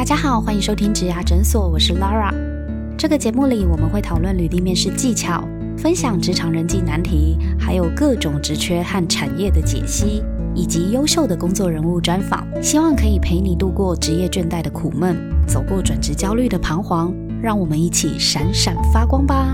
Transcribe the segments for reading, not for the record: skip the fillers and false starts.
大家好，欢迎收听职涯诊所，我是 Lara。这个节目里我们会讨论履历面试技巧，分享职场人际难题，还有各种职缺和产业的解析，以及优秀的工作人物专访，希望可以陪你度过职业倦怠的苦闷，走过转职焦虑的彷徨，让我们一起闪闪发光吧。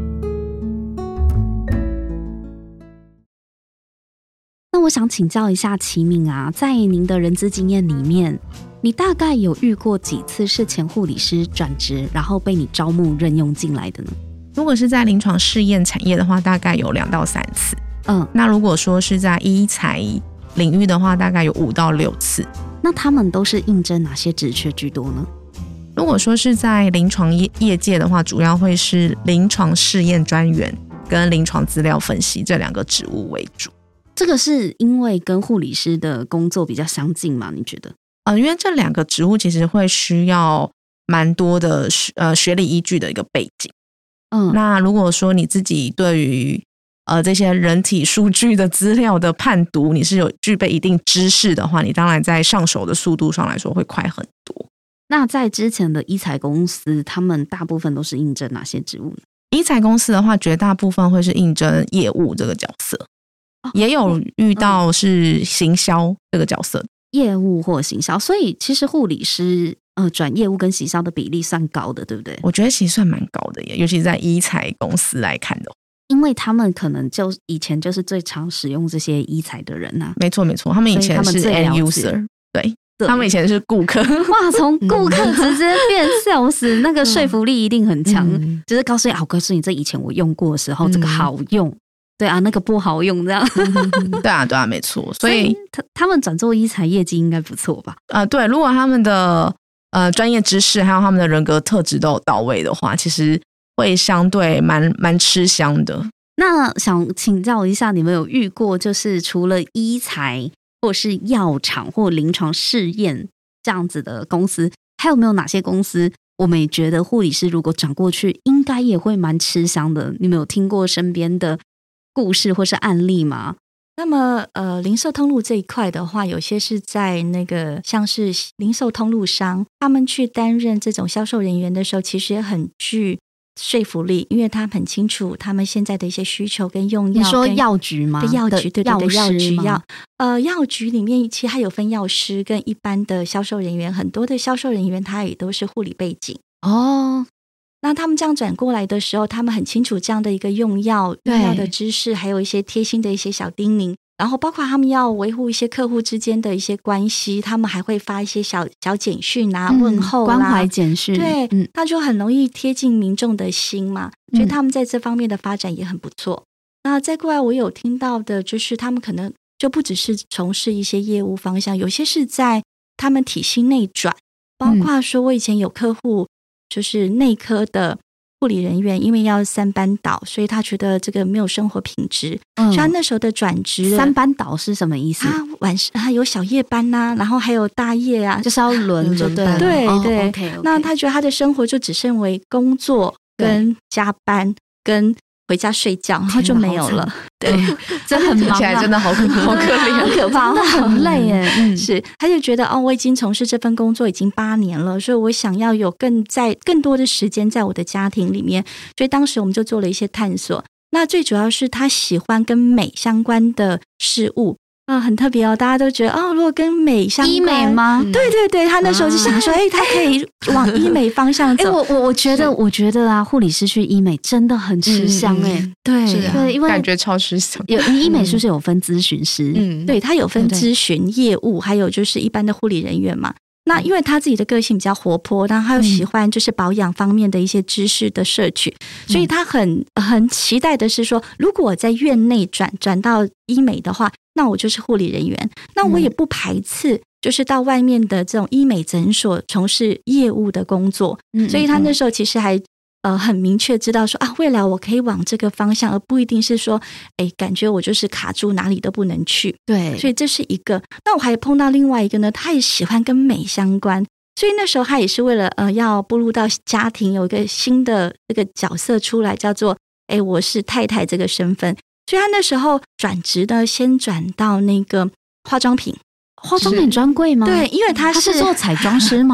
那我想请教一下齐敏啊，在您的人资经验里面，你大概有遇过几次是前护理师转职，然后被你招募任用进来的呢？ 如果是在临床试验产业的话，大概有2到3次。那如果说是在医材领域的话，大概有5到6次。 那他们都是应征哪些职缺居多呢？ 如果说是在临床业界的话，主要会是临床试验专员跟临床资料分析这2个职务为主。 这个是因为跟护理师的工作比较相近吗？你觉得？ 因为这2个职务其实会需要蛮多的学历依据的一个背景。那如果说你自己对于这些人体数据的资料的判读，你是有具备一定知识的话，你当然在上手的速度上来说会快很多。 那在之前的医材公司，他们大部分都是应征哪些职务呢？ 医材公司的话，绝大部分会是应征业务这个角色，也有遇到是行销这个角色。 业务或行销，所以其实护理师转业务跟行销的比例算高的，对不对？ 我觉得其实算蛮高的耶，尤其是在医材公司来看的话， 因为他们可能就以前就是最常使用这些医材的人啊。 没错没错，他们以前是 end user， 对，他们以前是顾客。 哇，从顾客直接变 sales，那个说服力一定很强。就是告诉你，我告诉你，这以前我用过的时候，这个好用。对啊，那个不好用这样。 对啊，没错。所以他们转做医材业绩应该不错吧？ 对，如果他们的专业知识还有他们的人格特质都有到位的话，其实会相对蛮吃香的。 那想请教一下，你们有遇过就是除了医材或是药厂或临床试验这样子的公司，还有没有哪些公司我们也觉得护理师如果转过去应该也会蛮吃香的？你们有听过身边的故事或是案例吗？ 那么零售通路这一块的话，有些是在那个像是零售通路商，他们去担任这种销售人员的时候，其实也很具说服力，因为他很清楚他们现在的一些需求跟用药。 你说药局吗？ 对，药局，对，药局药局里面其实还有分药师跟一般的销售人员，很多的销售人员他也都是护理背景哦。 那他们这样转过来的时候，他们很清楚这样的一个用药的知识，还有一些贴心的一些小叮咛，然后包括他们要维护一些客户之间的一些关系，他们还会发一些小简讯啊、问候啦、 关怀简讯， 对，那就很容易贴近民众的心嘛，所以他们在这方面的发展也很不错。那再过来我有听到的就是他们可能就不只是从事一些业务方向，有些是在他们体系内转，包括说我以前有客户就是内科的护理人员，因为要3班倒，所以他觉得这个没有生活品质，所以他那时候的转职 3班倒是什么意思？ 他有小夜班啊，然后还有大夜啊， 就是要轮班。 对、 okay. 那他觉得他的生活就只剩为工作跟加班跟回家睡觉，然后就没有了。对， 这很忙啊，听起来真的好可怜， 好可怕， 真的很累耶。 是，他就觉得我已经从事这份工作已经8年了，所以我想要有更多的时间在我的家庭里面，所以当时我们就做了一些探索。那最主要是他喜欢跟美相关的事物。很特别哦，大家都觉得如果跟美相关， 医美吗？ 对，他那时候就想说，他可以往医美方向走。 我觉得啊，护理师去医美真的很吃香对， 因为感觉超吃香。 医美是不是有分咨询师？ 对，他有分咨询业务，还有就是一般的护理人员嘛。那因为他自己的个性比较活泼，然后他又喜欢就是保养方面的一些知识的摄取，所以他很期待的是说，如果我在院内转到医美的话，那我就是护理人员，那我也不排斥就是到外面的这种医美诊所从事业务的工作。所以他那时候其实还很明确知道说未来我可以往这个方向，而不一定是说感觉我就是卡住哪里都不能去。 对， 所以这是一个。那我还碰到另外一个呢，他也喜欢跟美相关，所以那时候他也是为了要步入到家庭，有一个新的这个角色出来，叫做我是太太这个身份。所以他那时候转职呢，先转到那个化妆品专柜吗？ 对，因为他是做彩妆师吗？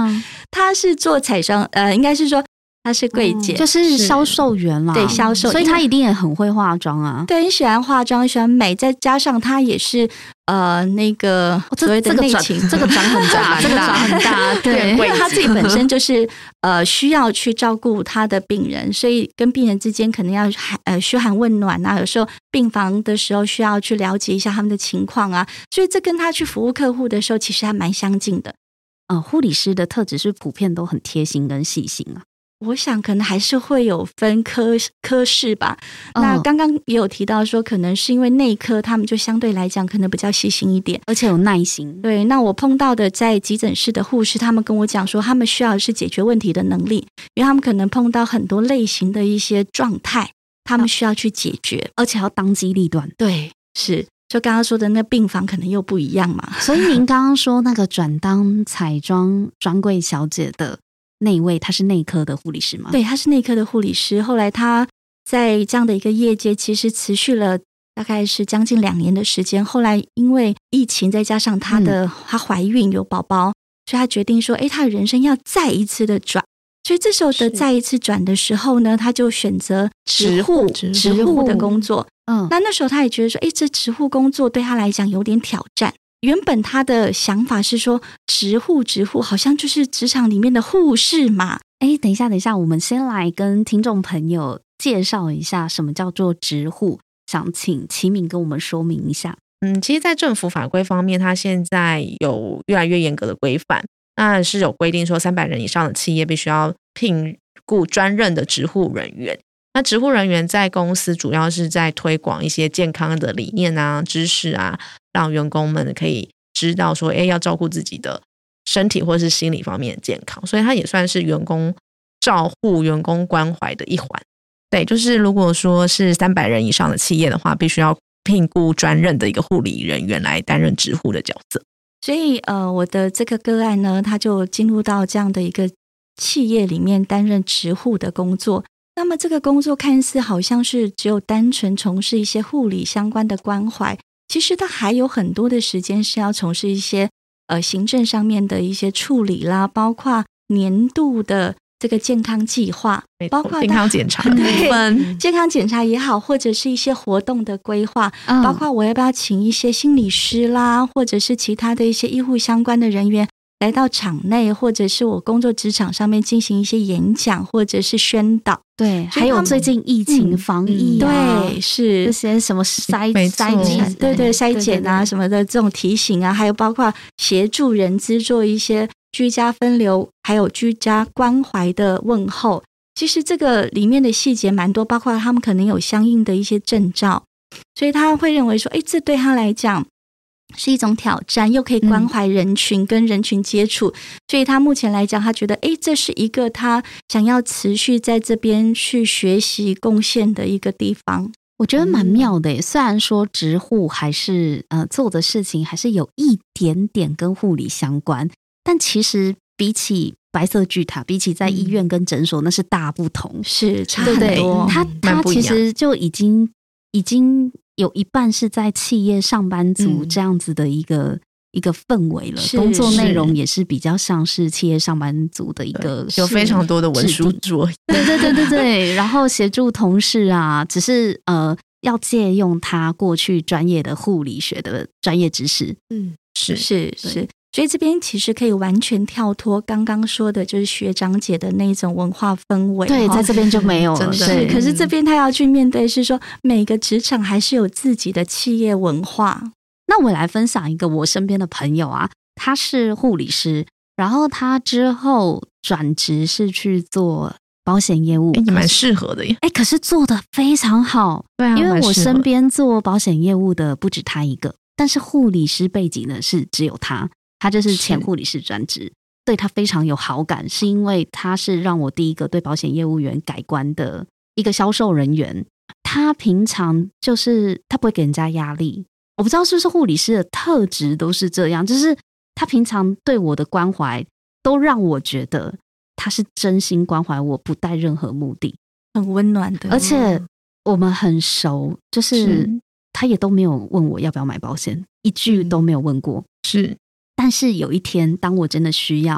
他是做彩妆，应该是说他是柜姐， 就是销售员啦。 对，销售， 所以他一定也很会化妆啊。 对，很喜欢化妆，喜欢美，再加上他也是那个所谓的内勤， 这个转很大，这个转很大。对， 因为他自己本身就是需要去照顾他的病人，所以跟病人之间可能要嘘寒问暖啊，有时候病房的时候需要去了解一下他们的情况啊，所以这跟他去服务客户的时候其实还蛮相近的。 护理师的特质是普遍都很贴心跟细心啊。 我想可能还是会有分科室吧。那刚刚也有提到说，可能是因为内科他们就相对来讲可能比较细心一点， 而且有耐心。 对，那我碰到的在急诊室的护士，他们跟我讲说，他们需要的是解决问题的能力，因为他们可能碰到很多类型的一些状态，他们需要去解决， 而且要当机立断。 对，是。就刚刚说的那病房可能又不一样嘛。 所以您刚刚说那个转当彩妆专柜小姐的那一位，他是内科的护理师吗？ 对，他是内科的护理师。后来他在这样的一个业界其实持续了大概是将近2年的时间。后来因为疫情再加上她怀孕有宝宝，所以他决定说她的人生要再一次的转。所以这时候的再一次转的时候呢，他就选择植护的工作。那时候他也觉得说这植护工作对他来讲有点挑战。原本他的想法是说植护好像就是职场里面的护士嘛。 等一下，我们先来跟听众朋友介绍一下什么叫做植护，想请齐敏跟我们说明一下。 其实在政府法规方面，它现在有越来越严格的规范，那是有规定说300人以上的企业必须要聘雇专任的植护人员。那植护人员在公司主要是在推广一些健康的理念啊、知识啊，让员工们可以知道说要照顾自己的身体或是心理方面的健康，所以它也算是员工照护、员工关怀的一环。对，就是如果说是300人以上的企业的话，必须要聘雇专任的一个护理人员来担任植护的角色。 所以我的这个个案呢，他就进入到这样的一个企业里面担任植护的工作。那么这个工作看似好像是只有单纯从事一些护理相关的关怀，其实他还有很多的时间是要从事一些行政上面的一些处理啦，包括年度的这个健康计划，包括健康检查， 对，健康检查也好，或者是一些活动的规划，包括我要不要请一些心理师啦，或者是其他的一些医护相关的人员来到场内，或者是我工作职场上面进行一些演讲或者是宣导。 对，还有最近疫情防疫对，是这些什么筛检， 对筛检啊什么的这种提醒啊，还有包括协助人资做一些居家分流，还有居家关怀的问候。其实这个里面的细节蛮多，包括他们可能有相应的一些证照，所以他会认为说这对他来讲是一种挑战，又可以关怀人群跟人群接触，所以他目前来讲他觉得这是一个他想要持续在这边去学习贡献的一个地方。 我觉得蛮妙的耶，虽然说植护还是做的事情还是有一点点跟护理相关，但其实比起白色巨塔，比起在医院跟诊所那是大不同， 是差很多。 他其实就已经有一半是在企业上班族这样子的一个氛围了，工作内容也是比较像是企业上班族的一个， 有非常多的文书作业， 对，然后协助同事啊，只是要借用他过去专业的护理学的专业知识， 是，所以这边其实可以完全跳脱刚刚说的就是学长姐的那种文化氛围， 对，在这边就没有了， 是。可是这边他要去面对是说每个职场还是有自己的企业文化。 那我来分享一个我身边的朋友啊，他是护理师，然后他之后转职是去做保险业务， 也蛮适合的耶。 可是做得非常好， 对啊， 因为我身边做保险业务的不止他一个，但是护理师背景的是只有他就是前护理师专职，对他非常有好感，是因为他是让我第一个对保险业务员改观的一个销售人员。他平常就是他不会给人家压力，我不知道是不是护理师的特质都是这样，就是他平常对我的关怀都让我觉得他是真心关怀我，不带任何目的， 很温暖的。 而且我们很熟，就是他也都没有问我要不要买保险，一句都没有问过。 是。 但是有一天当我真的需要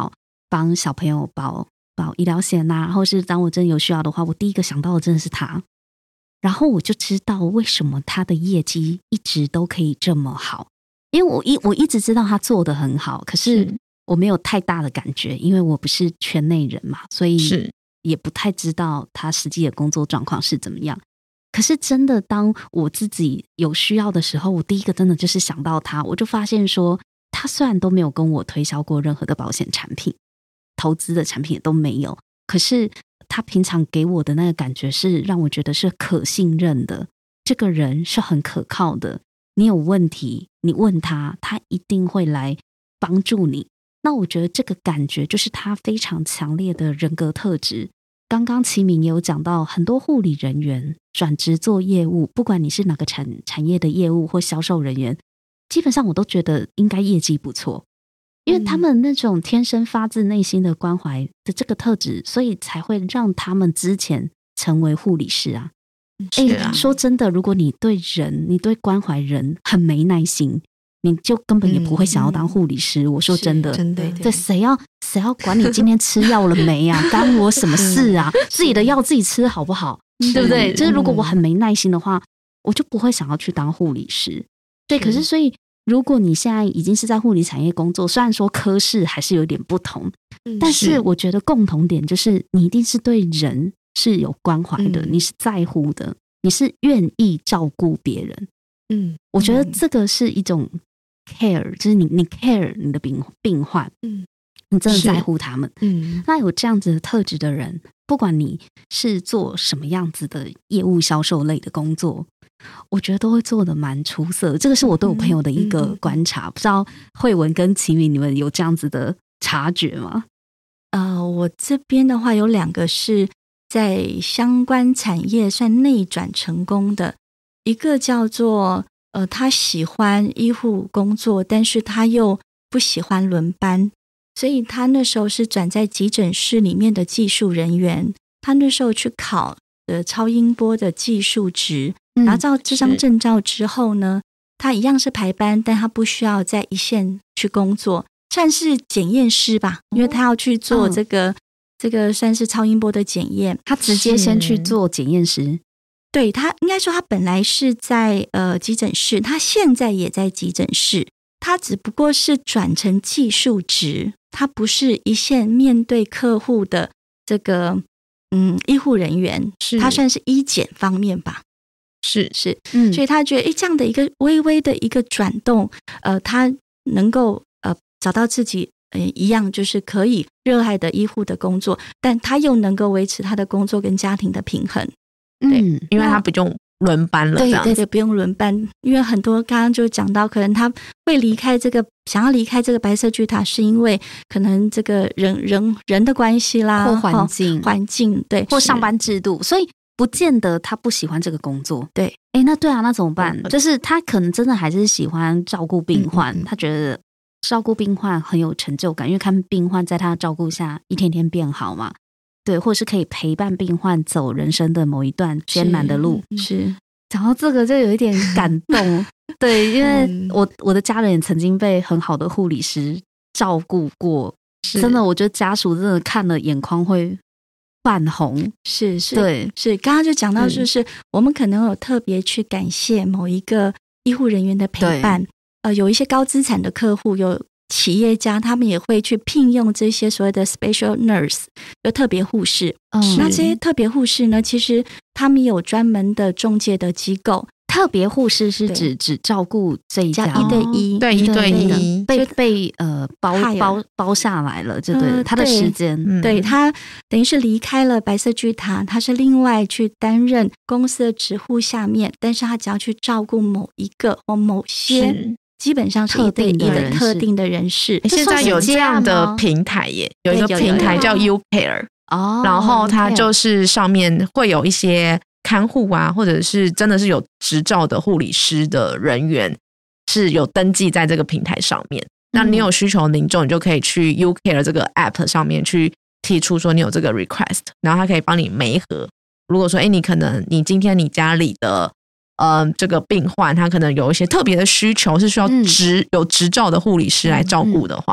帮小朋友保医疗险啊，或是当我真的有需要的话，我第一个想到的真的是他。然后我就知道为什么他的业绩一直都可以这么好，因为我一直知道他做得很好，可是我没有太大的感觉，因为我不是圈内人嘛，所以也不太知道他实际的工作状况是怎么样。可是真的当我自己有需要的时候，我第一个真的就是想到他，我就发现说他虽然都没有跟我推销过任何的保险产品，投资的产品也都没有，可是他平常给我的那个感觉是让我觉得是可信任的，这个人是很可靠的，你有问题你问他，他一定会来帮助你。那我觉得这个感觉就是他非常强烈的人格特质。刚刚齐明也有讲到，很多护理人员转职做业务，不管你是哪个产业的业务或销售人员，基本上我都觉得应该业绩不错，因为他们那种天生发自内心的关怀的这个特质，所以才会让他们之前成为护理师啊。说真的，如果你对人，你对关怀人很没耐心，你就根本也不会想要当护理师。我说真的，对，谁要管你今天吃药了没啊？干我什么事啊？自己的药自己吃好不好？对不对？就是如果我很没耐心的话，我就不会想要去当护理师。对，可是所以如果你现在已经是在护理产业工作，虽然说科室还是有点不同，但是我觉得共同点就是你一定是对人是有关怀的，你是在乎的，你是愿意照顾别人。我觉得这个是一种 care， 就是你 care 你的病患，你真的在乎他们。那有这样子的特质的人，不管你是做什么样子的业务销售类的工作，我觉得都会做得蛮出色的。这个是我对我朋友的一个观察，不知道慧文跟齐明你们有这样子的察觉吗？ 我这边的话有2个是在相关产业算内转成功的，一个叫做他喜欢医护工作，但是他又不喜欢轮班，所以他那时候是转在急诊室里面的技术人员。他那时候去考超音波的技术职，拿到这张证照之后呢，他一样是排班，但他不需要在一线去工作，算是检验师吧，因为他要去做这个算是超音波的检验， 他直接先去做检验师。 对，他应该说他本来是在急诊室，他现在也在急诊室，他只不过是转成技术职，他不是一线面对客户的这个医护人员，他算是医检方面吧。是，所以他觉得这样的一个微微的一个转动，他能够找到自己一样就是可以热爱的医护的工作，但他又能够维持他的工作跟家庭的平衡。 因为他不用轮班了， 对，不用轮班。因为很多刚刚就讲到，可能他会想要离开这个白色巨塔，是因为可能这个人的关系啦， 或环境对， 或上班制度，所以不见得他不喜欢这个工作。 对， 那对啊，那怎么办？就是他可能真的还是喜欢照顾病患，他觉得照顾病患很有成就感，因为看病患在他的照顾下一天天变好嘛。对，或是可以陪伴病患走人生的某一段艰难的路。 是， 讲到这个就有一点感动。对，因为我的家人也曾经被很好的护理师照顾过，真的，我觉得家属真的看了眼眶会泛红。 是，对，是。刚刚就讲到，就是我们可能有特别去感谢某一个医护人员的陪伴。有一些高资产的客户，有企业家，他们也会去聘用这些所谓的 special nurse， 有特别护士。那这些特别护士呢，其实他们有专门的中介的机构。 特别护士是指只照顾这一家 1对1， 对1对1 被包下来了，就对他的时间。 对，他等于是离开了白色巨塔，他是另外去担任公司的职护下面，但是他只要去照顾某一个或某些。基本上是1对1的特定的人士。 现在有这样的平台耶，有一个平台叫 YouCare， 然后它就是上面会有一些看护啊，或者是真的是有执照的护理师的人员是有登记在这个平台上面。那你有需求的民众，你就可以去 YouCare 这个 app 上面去提出说你有这个 request， 然后它可以帮你媒合。如果说你可能你今天你家里的这个病患他可能有一些特别的需求，是需要有执照的护理师来照顾的话，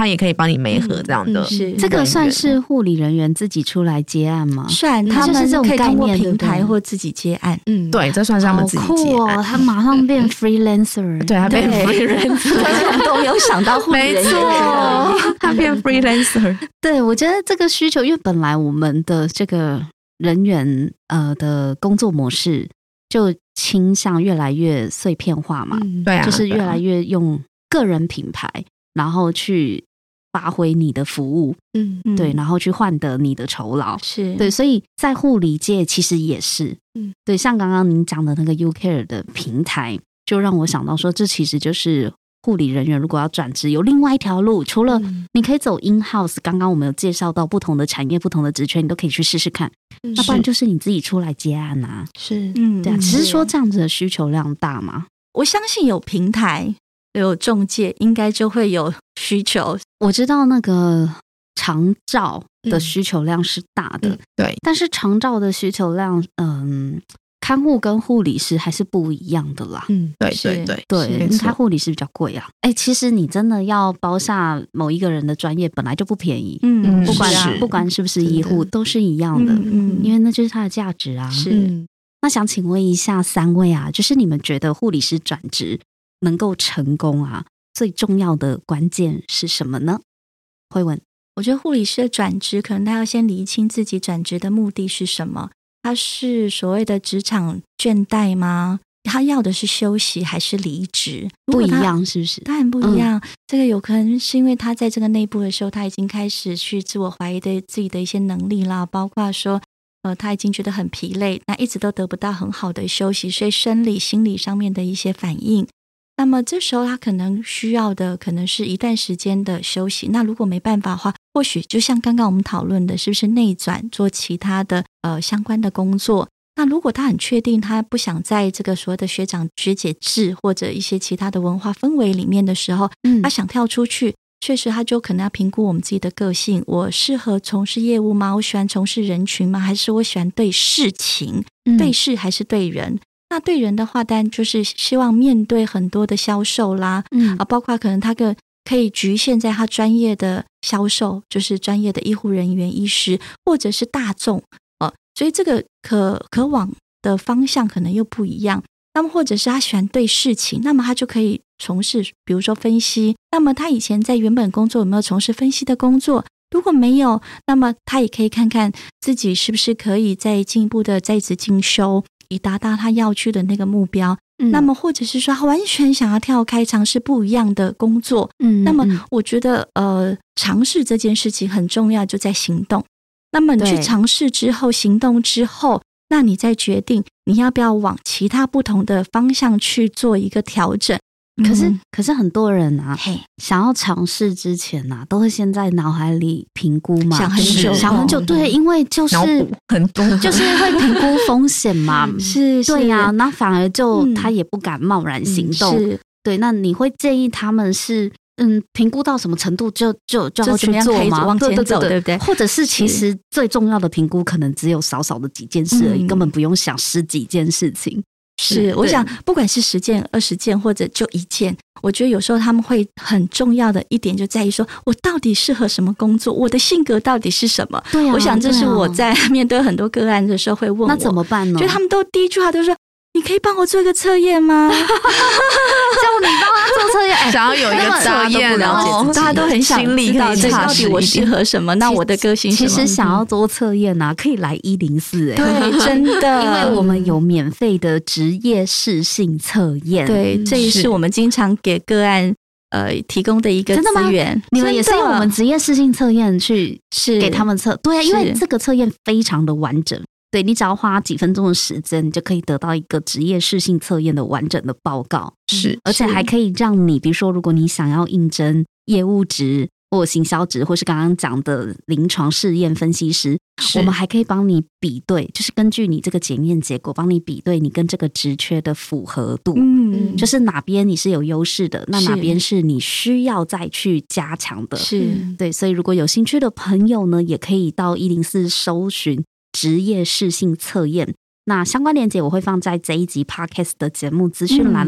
他也可以帮你媒合这样的。 是这个算是护理人员自己出来接案吗？ 算，他们可以通过平台或自己接案。 对，这算是他们自己接案。 他马上变 freelancer， 对，他变 freelancer， 我们都没有想到护理人员， 没错，他变 freelancer。 对，我觉得这个需求，因为本来我们的这个人员的工作模式就倾向越来越碎片化嘛， 对啊， 就是越来越用个人品牌，然后去发挥你的服务，对，然后去换得你的酬劳， 是对，所以在护理界其实也是，对，像刚刚您讲的那个 YouCare 的平台，就让我想到说，这其实就是护理人员如果要转职有另外一条路，除了你可以走 in house， 刚刚我们有介绍到不同的产业、不同的职缺，你都可以去试试看，要不然就是你自己出来接案啊， 是， 对啊，只是说这样子的需求量大吗？ 我相信有平台。有中介应该就会有需求。 我知道那个长照的需求量是大的， 对， 但是长照的需求量，看护跟护理师还是不一样的啦。对，他护理师比较贵啊。其实你真的要包下某一个人的专业，本来就不便宜。不管是不是医护，都是一样的。因为那就是它的价值啊。 是。 那想请问一下三位啊，就是你们觉得护理师转职能够成功啊，最重要的关键是什么呢？慧文， 我觉得护理师的转职，可能他要先厘清自己转职的目的是什么。他是所谓的职场倦怠吗？他要的是休息还是离职？ 不一样是不是？ 当然不一样。这个有可能是因为他在这个内部的时候，他已经开始去自我怀疑对自己的一些能力啦，包括说他已经觉得很疲累，那一直都得不到很好的休息，所以生理心理上面的一些反应。那么这时候他可能需要的可能是一段时间的休息，那如果没办法的话，或许就像刚刚我们讨论的，是不是内转做其他的相关的工作。那如果他很确定他不想在这个所谓的学长学姐制或者一些其他的文化氛围里面的时候，他想跳出去，确实他就可能要评估我们自己的个性，我适合从事业务吗？我喜欢从事人群吗？还是我喜欢对事情，对事还是对人？那对人的话，当然就是希望面对很多的销售啦，包括可能他可以局限在他专业的销售，就是专业的医护人员、医师，或者是大众，所以这个可往的方向可能又不一样。那么或者是他喜欢对事情，那么他就可以从事，比如说分析。那么他以前在原本工作有没有从事分析的工作？如果没有，那么他也可以看看自己是不是可以再进一步的在职进修，以达到他要去的那个目标。那么或者是说他完全想要跳开尝试不一样的工作。那么我觉得尝试这件事情很重要，就在行动。那么你去尝试之后，行动之后，那你再决定你要不要往其他不同的方向去做一个调整。 可是很多人啊，想要尝试之前啊，都会先在脑海里评估嘛，想很久，对，因为就是很多， 就是会评估风险嘛， 是， 对呀，那反而就他也不敢贸然行动，对，那你会建议他们是评估到什么程度就要去做吗？ 往前走，对不对？ 或者是其实最重要的评估可能只有少少的几件事而已，根本不用想10几件事情。 是，我想不管是10件、20件，或者就1件，我觉得有时候他们会很重要的一点就在于说，我到底适合什么工作，我的性格到底是什么？ 对啊， 我想这是我在面对很多个案的时候会问我， 那怎么办呢？ 就他们都第一句话都说，你可以帮我做一个测验吗？叫你帮他做测验， 想要有一个测验， 大家都很想知道这到底我适合什么，那我的个性什么？ 其实想要做测验啊，可以来104， 对，真的， 因为我们有免费的职业适性测验， 对，这也是我们经常给个案提供的一个资源。 你们也是用我们职业适性测验去给他们测，对啊，因为这个测验非常的完整。对，你只要花几分钟的时间，你就可以得到一个职业适性测验的完整的报告。 是， 而且还可以让你，比如说，如果你想要应征业务职或行销职，或是刚刚讲的临床试验分析师，我们还可以帮你比对，就是根据你这个检验结果，帮你比对你跟这个职缺的符合度。就是哪边你是有优势的，那哪边是你需要再去加强的。 是， 对，所以如果有兴趣的朋友呢，也可以到104搜寻职业适性测验，那相关链接我会放在这一集 Podcast 的节目资讯栏里。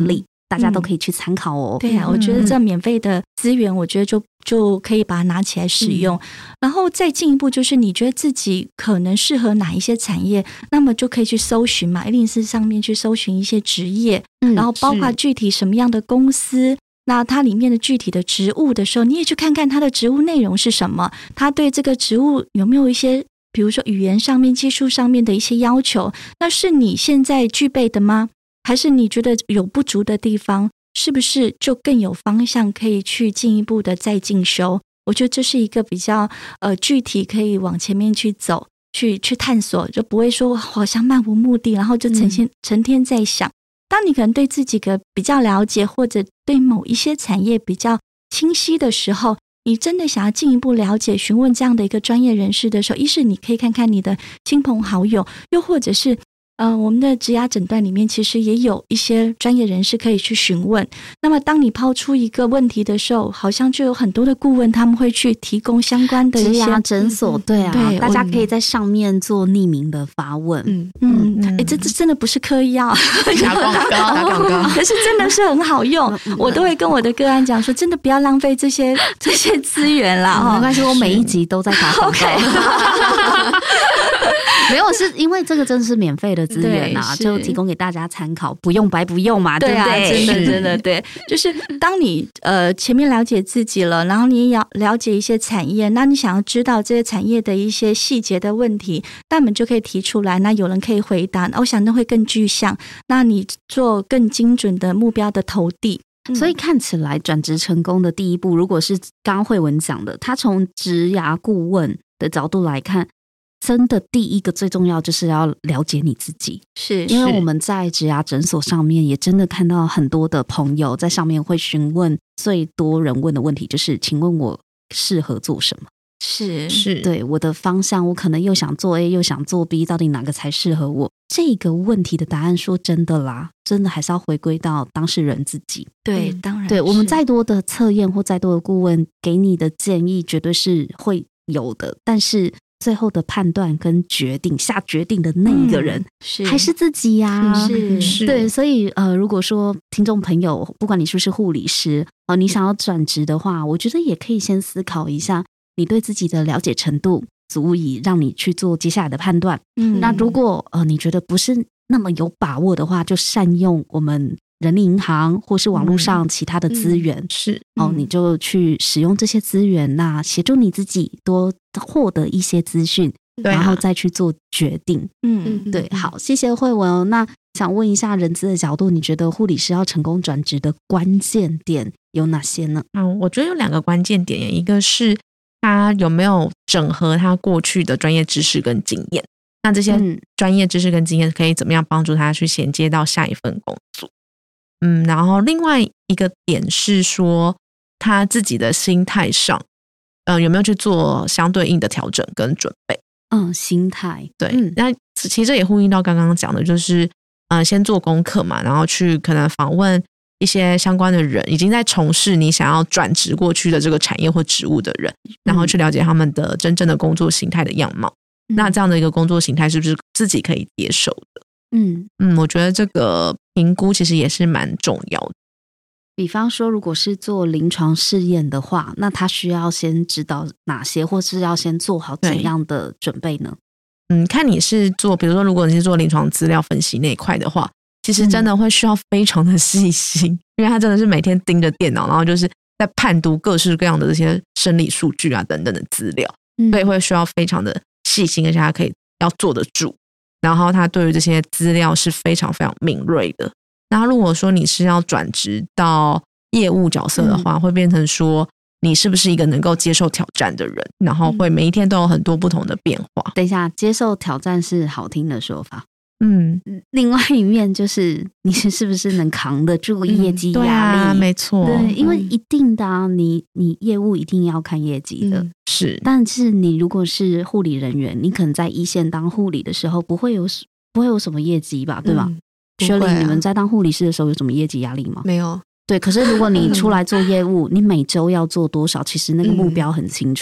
大家都可以去参考哦。 对啊，我觉得这免费的资源，我觉得就可以把它拿起来使用。然后再进一步，就是你觉得自己可能适合哪一些产业，那么就可以去搜寻嘛，104上面去搜寻一些职业，然后包括具体什么样的公司，那它里面的具体的职务的时候，你也去看看它的职务内容是什么，它对这个职务有没有一些比如说语言上面、技术上面的一些要求，那是你现在具备的吗？还是你觉得有不足的地方，是不是就更有方向可以去进一步的再进修？我觉得这是一个比较具体可以往前面去走，去探索，就不会说好像漫无目的，然后就成天在想。当你可能对自己比较了解，或者对某一些产业比较清晰的时候，你真的想要进一步了解、询问这样的一个专业人士的时候，一是你可以看看你的亲朋好友，又或者是我们的职涯诊断里面其实也有一些专业人士可以去询问。那么当你抛出一个问题的时候，好像就有很多的顾问他们会去提供相关的一些职涯诊所，对啊，对，大家可以在上面做匿名的发问。 这真的不是刻意要打广告， 可是真的是很好用。我都会跟我的个案讲说，真的不要浪费这些资源啦。 没关系，我每一集都在打广告。没有，是因为这个真的是免费的资源啊，就提供给大家参考，不用白不用嘛，对不对？ 真的对，就是当你前面了解自己了，然后你也要了解一些产业，那你想要知道这些产业的一些细节的问题，那我们就可以提出来，那有人可以回答，我想那会更具象，那你做更精准的目标的投递。 所以看起来转职成功的第一步，如果是刚刚慧文讲的，他从职涯顾问的角度来看，真的第一个最重要就是要了解你自己， 是因为我们在职涯诊所上面也真的看到很多的朋友在上面会询问，最多人问的问题就是请问我适合做什么， 是对我的方向，我可能又想做 A 又想做 B， 到底哪个才适合我？这个问题的答案说真的啦，真的还是要回归到当事人自己。 对，当然对，我们再多的测验或再多的顾问给你的建议绝对是会有的，但是最后的判断跟下决定的那一个人，还是自己呀。 是对，所以如果说听众朋友，不管你是不是护理师，你想要转职的话，我觉得也可以先思考一下，你对自己的了解程度足以让你去做接下来的判断。那如果你觉得不是那么有把握的话，就善用我们人力银行或是网络上其他的资源，你就去使用这些资源，那协助你自己多获得一些资讯，然后再去做决定。对，好，谢谢慧文哦。那想问一下，人资的角度，你觉得护理师要成功转职的关键点有哪些呢？ 我觉得有2个关键点，一个是他有没有整合他过去的专业知识跟经验，那这些专业知识跟经验可以怎么样帮助他去衔接到下一份工作。然后另外一个点是说他自己的心态上有没有去做相对应的调整跟准备。 心态， 对，那其实也呼应到刚刚讲的，就是先做功课嘛，然后去可能访问一些相关的人，已经在从事你想要转职过去的这个产业或职务的人，然后去了解他们的真正的工作形态的样貌。那这样的一个工作形态是不是自己可以接受的？我觉得这个评估其实也是蛮重要的。 比方说如果是做临床试验的话，那他需要先知道哪些，或是要先做好怎样的准备呢？ 看你是做，比如说如果你是做临床资料分析那一块的话，其实真的会需要非常的细心，因为他真的是每天盯着电脑，然后就是在判读各式各样的这些生理数据啊等等的资料，所以会需要非常的细心，而且他可以要坐得住，然后他对于这些资料是非常非常敏锐的。那如果说你是要转职到业务角色的话，会变成说你是不是一个能够接受挑战的人，然后会每一天都有很多不同的变化。 等一下，接受挑战是好听的说法，另外一面就是你是不是能扛得住业绩压力。对啊，没错， 对，因为一定的啊，你业务一定要看业绩的， 是。 但是你如果是护理人员，你可能在一线当护理的时候不会有什么业绩吧，对吧？Shirley，你们在当护理师的时候有什么业绩压力吗？ 没有。 对，可是如果你出来做业务，你每周要做多少，其实那个目标很清楚。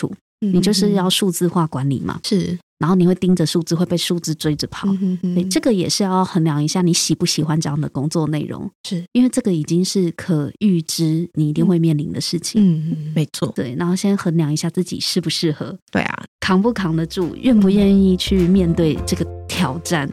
你就是要数字化管理嘛， 是， 然后你会盯着数字，会被数字追着跑，对，这个也是要衡量一下你喜不喜欢这样的工作内容， 是因为这个已经是可预知你一定会面临的事情， 没错， 对，然后先衡量一下自己适不适合， 对啊， 扛不扛得住，愿不愿意去面对这个挑战。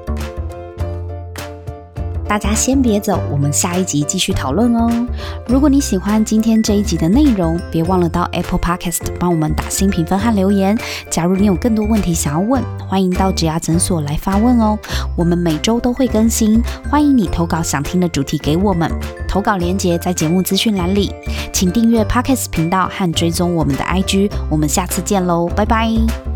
大家先别走，我们下一集继续讨论哦。如果你喜欢今天这一集的内容，别忘了到 Apple Podcast 帮我们打新评分和留言。假如你有更多问题想要问，欢迎到职涯诊所来发问哦。我们每周都会更新，欢迎你投稿想听的主题给我们。投稿连结在节目资讯栏里，请订阅 Podcast 频道和追踪我们的 IG。我们下次见喽，拜拜。